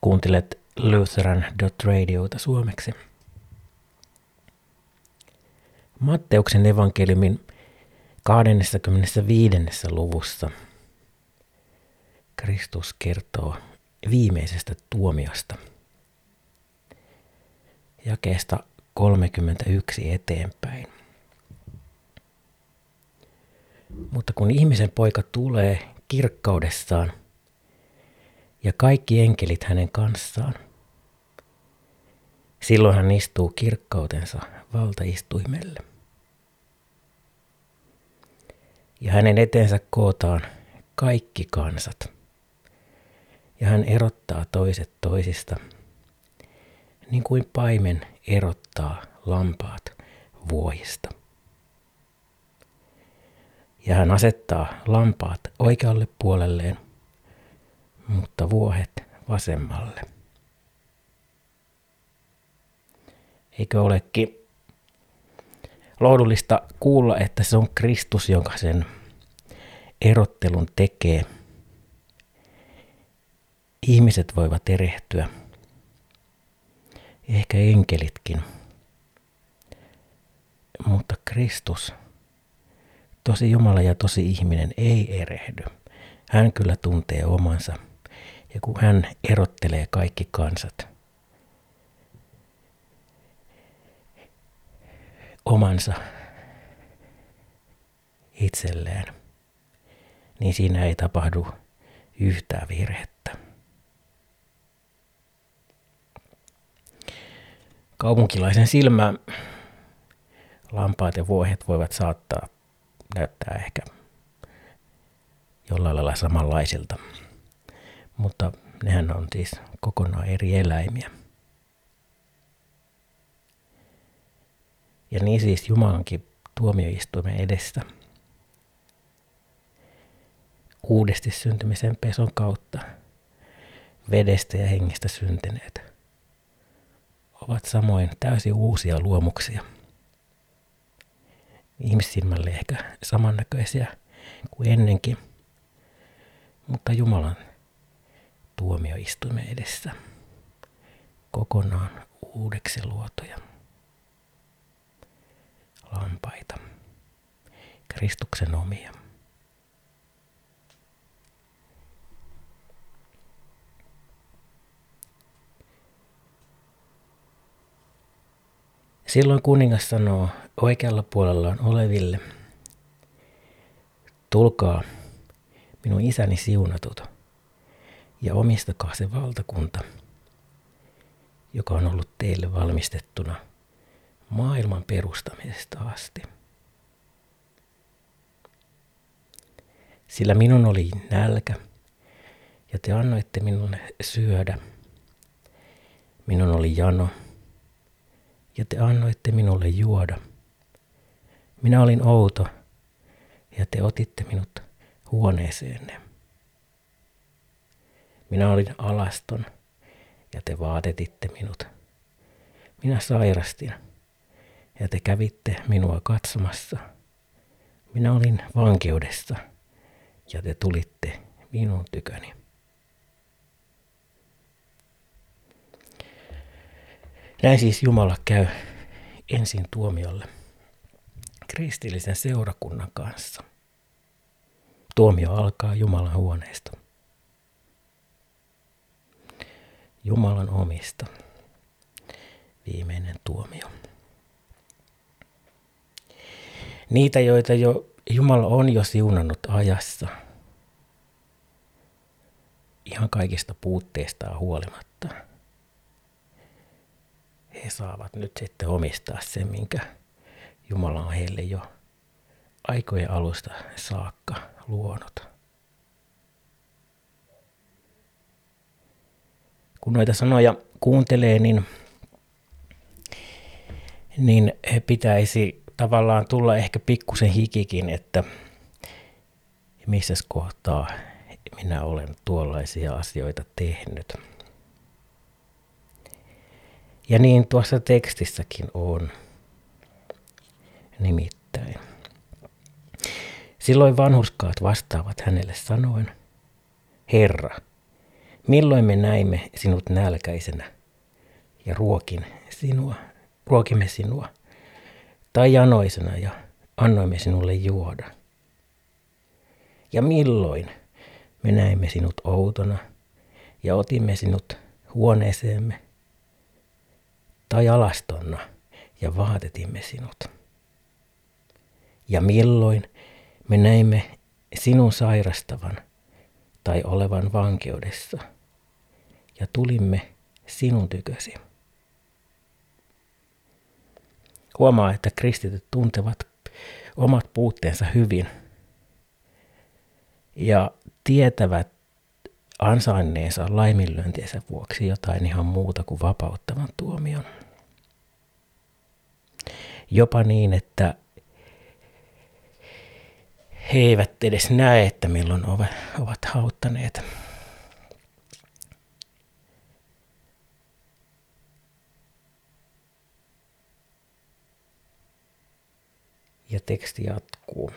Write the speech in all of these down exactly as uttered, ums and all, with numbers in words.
Kuuntelet Lutheran dot radiota suomeksi. Matteuksen evankeliumin kahdeskymmenesviides luvussa Kristus kertoo viimeisestä tuomiosta. Jakeesta kolmekymmentäyksi eteenpäin. Mutta kun ihmisen poika tulee kirkkaudessaan ja kaikki enkelit hänen kanssaan, silloin hän istuu kirkkautensa valtaistuimelle. Ja hänen eteensä kootaan kaikki kansat, ja hän erottaa toiset toisista, niin kuin paimen erottaa lampaat vuohista. Ja hän asettaa lampaat oikealle puolelleen, mutta vuohet vasemmalle. Eikö olekin lohdullista kuulla, että se on Kristus, jonka sen erottelun tekee. Ihmiset voivat erehtyä, ehkä enkelitkin, mutta Kristus, tosi Jumala ja tosi ihminen, ei erehdy. Hän kyllä tuntee omansa, ja kun hän erottelee kaikki kansat omansa itselleen, niin siinä ei tapahdu yhtään virhettä. Kaupunkilaisen silmään lampaat ja vuohet voivat saattaa näyttää ehkä jollain lailla samanlaisilta, mutta nehän on siis kokonaan eri eläimiä. Ja niin siis Jumalankin tuomioistuimen edessä uudesti syntymisen peson kautta vedestä ja hengestä syntyneet ovat samoin täysin uusia luomuksia. Ihmissilmälle ehkä samannäköisiä kuin ennenkin, mutta Jumalan tuomioistuimen edessä kokonaan uudeksi luotuja lampaita, Kristuksen omia. Silloin kuningas sanoo oikealla puolellaan oleville: tulkaa, minun isäni siunatut, ja omistakaa se valtakunta, joka on ollut teille valmistettuna maailman perustamisesta asti. Sillä minun oli nälkä, ja te annoitte minulle syödä. Minun oli jano, ja te annoitte minulle juoda. Minä olin outo, ja te otitte minut huoneeseenne. Minä olin alaston, ja te vaatetitte minut. Minä sairastin, ja te kävitte minua katsomassa. Minä olin vankeudessa, ja te tulitte minun tyköni. Näin siis Jumala käy ensin tuomiolle kristillisen seurakunnan kanssa. Tuomio alkaa Jumalan huoneesta. Jumalan omista. Viimeinen tuomio. Niitä, joita jo Jumala on jo siunannut ajassa, ihan kaikista puutteistaan huolimatta, he saavat nyt sitten omistaa sen, minkä Jumala on heille jo aikojen alusta saakka luonut. Kun noita sanoja kuuntelee, niin, niin pitäisi tavallaan tulla ehkä pikkusen hikikin, että missä kohtaa minä olen tuollaisia asioita tehnyt. Ja niin tuossa tekstissäkin on. Nimittäin. Silloin vanhurskaat vastaavat hänelle sanoen: Herra, Milloin me näimme sinut nälkäisenä ja ruokin sinua, ruokimme sinua, tai janoisena ja annoimme sinulle juoda? Ja milloin me näimme sinut outona ja otimme sinut huoneeseemme, tai alastonna ja vaatetimme sinut? Ja milloin me näimme sinun sairastavan tai olevan vankeudessa ja tulimme sinun tykösi? Huomaa, että kristityt tuntevat omat puutteensa hyvin ja tietävät ansainneensa laiminlyöntiensä vuoksi jotain ihan muuta kuin vapauttavan tuomion. Jopa niin, että he eivät edes näe, että milloin ovat hauttaneet. Ja teksti jatkuu.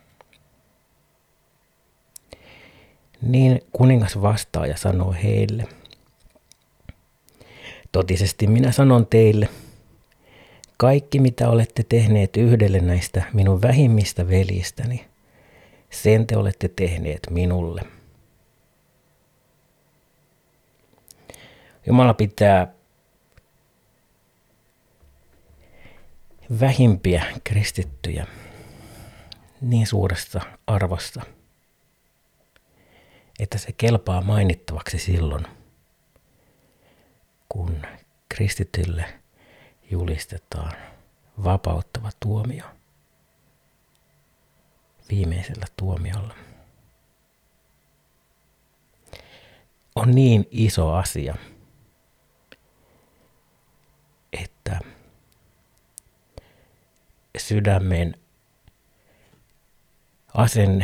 Niin kuningas vastaa ja sanoo heille: totisesti minä sanon teille, kaikki mitä olette tehneet yhdelle näistä minun vähimmistä veljistäni, sen te olette tehneet minulle. Jumala pitää vähimpiä kristittyjä niin suuressa arvossa, että se kelpaa mainittavaksi silloin, kun kristitylle julistetaan vapauttava tuomio viimeisellä tuomiolla. On niin iso asia, että sydämen asenne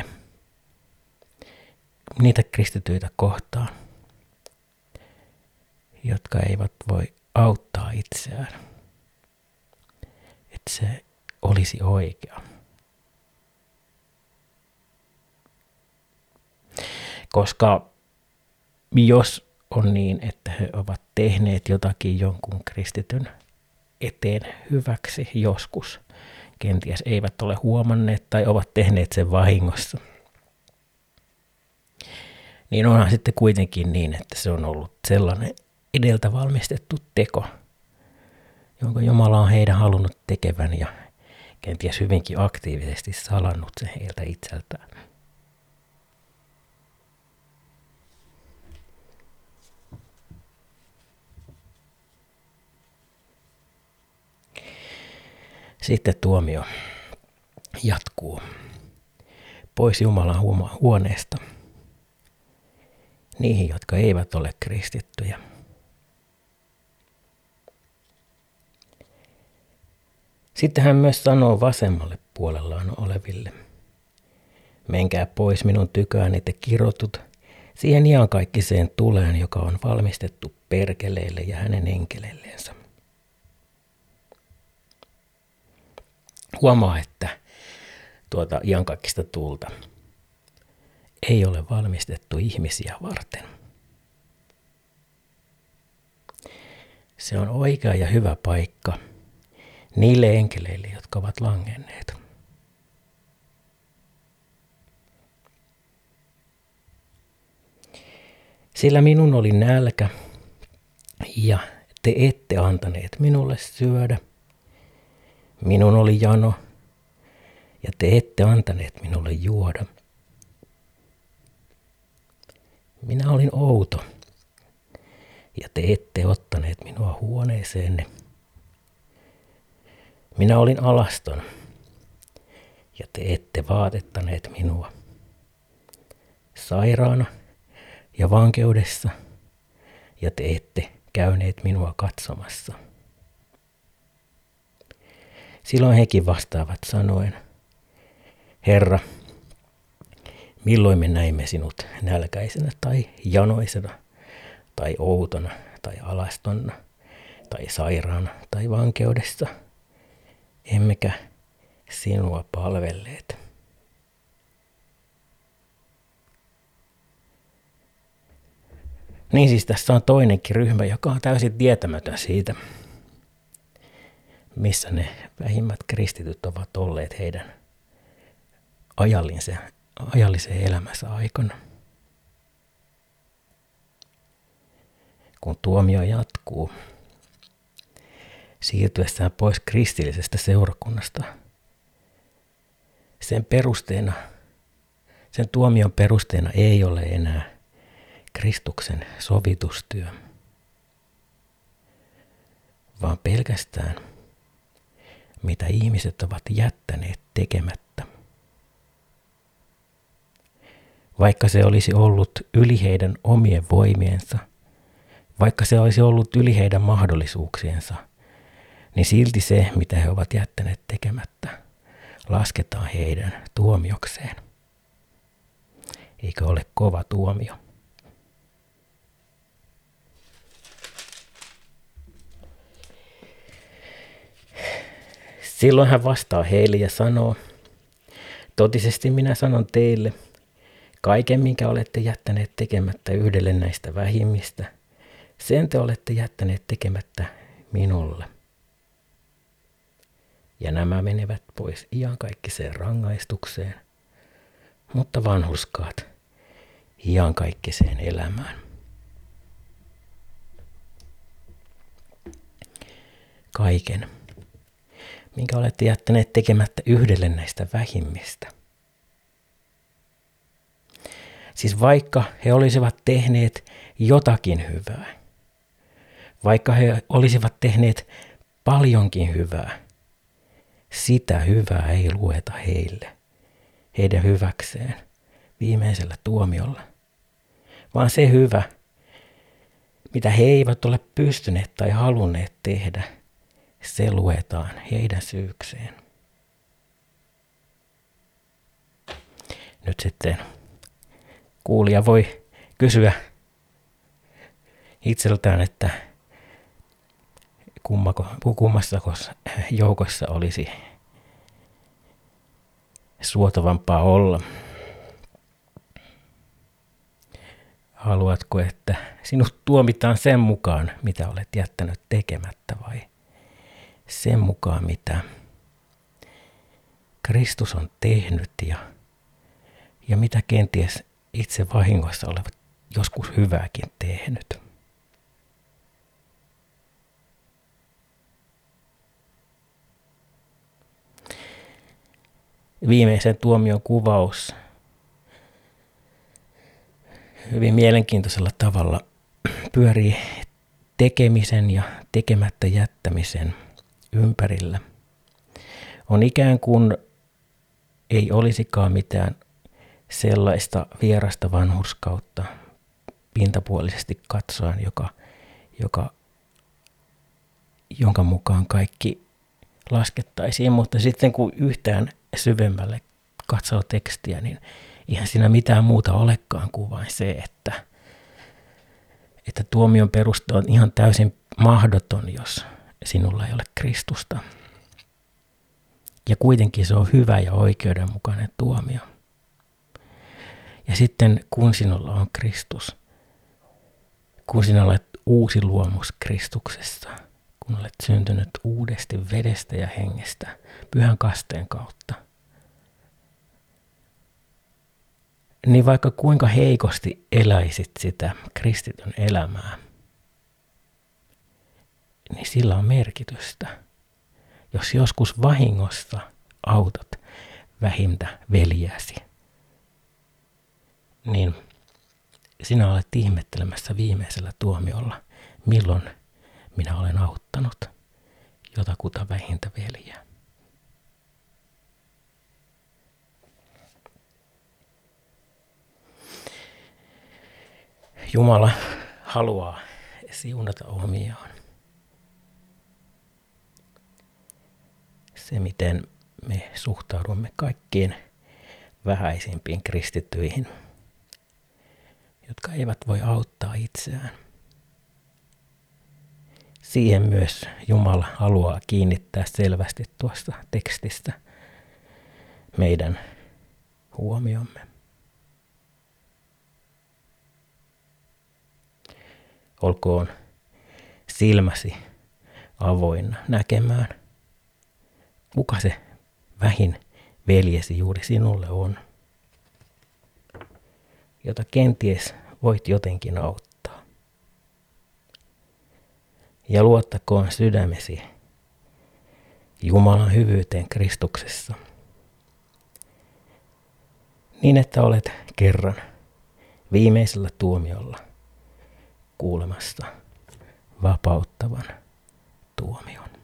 niitä kristityitä kohtaan, jotka eivät voi auttaa itseään, että se olisi oikea. Koska jos on niin, että he ovat tehneet jotakin jonkun kristityn eteen hyväksi joskus, kenties eivät ole huomanneet tai ovat tehneet sen vahingossa, niin onhan sitten kuitenkin niin, että se on ollut sellainen edeltä valmistettu teko, jonka Jumala on heidän halunnut tekevän ja kenties hyvinkin aktiivisesti salannut sen heiltä itseltään. Sitten tuomio jatkuu. Pois Jumalan huoneesta niihin, jotka eivät ole kristittyjä. Sitten hän myös sanoo vasemmalle puolellaan oleville: menkää pois minun tykääni te kirotut siihen iankaikkiseen tuleen, joka on valmistettu perkeleelle ja hänen enkeleillensä. Huomaa, että tuota iankaikkista tulta ei ole valmistettu ihmisiä varten. Se on oikea ja hyvä paikka niille enkeleille, jotka ovat langenneet. Sillä minun oli nälkä ja te ette antaneet minulle syödä. Minun oli jano ja te ette antaneet minulle juoda. Minä olin outo ja te ette ottaneet minua huoneeseenne. Minä olin alaston ja te ette vaatettaneet minua. Sairaana ja vankeudessa ja te ette käyneet minua katsomassa. Silloin hekin vastaavat sanoen: Herra, milloin me näimme sinut nälkäisenä tai janoisena tai outona tai alastonna tai sairaana tai vankeudessa, emmekä sinua palvelleet? Niin siis tässä on toinenkin ryhmä, joka on täysin tietämätön siitä, missä ne vähimmät kristityt ovat olleet heidän ajallisen, ajallisen elämänsä aikana. Kun tuomio jatkuu, siirtyessään pois kristillisestä seurakunnasta, sen perusteena, sen tuomion perusteena ei ole enää Kristuksen sovitustyö, vaan pelkästään mitä ihmiset ovat jättäneet tekemättä. Vaikka se olisi ollut yli heidän omien voimiensa, vaikka se olisi ollut yli heidän mahdollisuuksiensa, niin silti se, mitä he ovat jättäneet tekemättä, lasketaan heidän tuomiokseen. Eikö ole kova tuomio? Silloin hän vastaa heille ja sanoo, totisesti minä sanon teille, kaiken minkä olette jättäneet tekemättä yhdelle näistä vähimmistä, sen te olette jättäneet tekemättä minulle. Ja nämä menevät pois iankaikkiseen rangaistukseen, mutta vanhurskaat iankaikkiseen elämään. Kaiken, minkä olette jättäneet tekemättä yhdelle näistä vähimmistä. Siis vaikka he olisivat tehneet jotakin hyvää, vaikka he olisivat tehneet paljonkin hyvää, sitä hyvää ei lueta heille, heidän hyväkseen viimeisellä tuomiolla, vaan se hyvä, mitä he eivät ole pystyneet tai halunneet tehdä, se luetaan heidän syykseen. Nyt sitten kuulija voi kysyä itseltään, että kummassa joukossa olisi suotavampaa olla. Haluatko, että sinut tuomitaan sen mukaan, mitä olet jättänyt tekemättä, vai sen mukaan, mitä Kristus on tehnyt ja, ja mitä kenties itse vahingossa olevat joskus hyvääkin tehnyt? Viimeisen tuomion kuvaus hyvin mielenkiintoisella tavalla pyörii tekemisen ja tekemättä jättämisen ympärillä. On ikään kuin ei olisikaan mitään sellaista vierasta vanhurskautta pintapuolisesti katsoen, joka, joka, jonka mukaan kaikki laskettaisiin, mutta sitten kun yhtään syvemmälle katsoo tekstiä, niin eihän siinä mitään muuta olekaan kuin vain se, että, että tuomion peruste on ihan täysin mahdoton, jos sinulla ei ole Kristusta. Ja kuitenkin se on hyvä ja oikeudenmukainen tuomio. Ja sitten kun sinulla on Kristus, kun sinä olet uusi luomus Kristuksessa, kun olet syntynyt uudesti vedestä ja hengestä pyhän kasteen kautta, niin vaikka kuinka heikosti eläisit sitä kristityn elämää, niin sillä on merkitystä. Jos joskus vahingossa autat vähintä veljäsi, niin sinä olet ihmettelemässä viimeisellä tuomiolla, milloin minä olen auttanut jotakuta vähintä veljää. Jumala haluaa siunata omiaan. Se, miten me suhtaudumme kaikkiin vähäisimpiin kristittyihin, jotka eivät voi auttaa itseään. Siihen myös Jumala haluaa kiinnittää selvästi tuosta tekstistä meidän huomiomme. olkoon silmäsi avoinna näkemään, kuka se vähin veljesi juuri sinulle on, jota kenties voit jotenkin auttaa. Ja luottakoon sydämesi Jumalan hyvyyteen Kristuksessa, niin että olet kerran viimeisellä tuomiolla kuulemassa vapauttavan tuomion.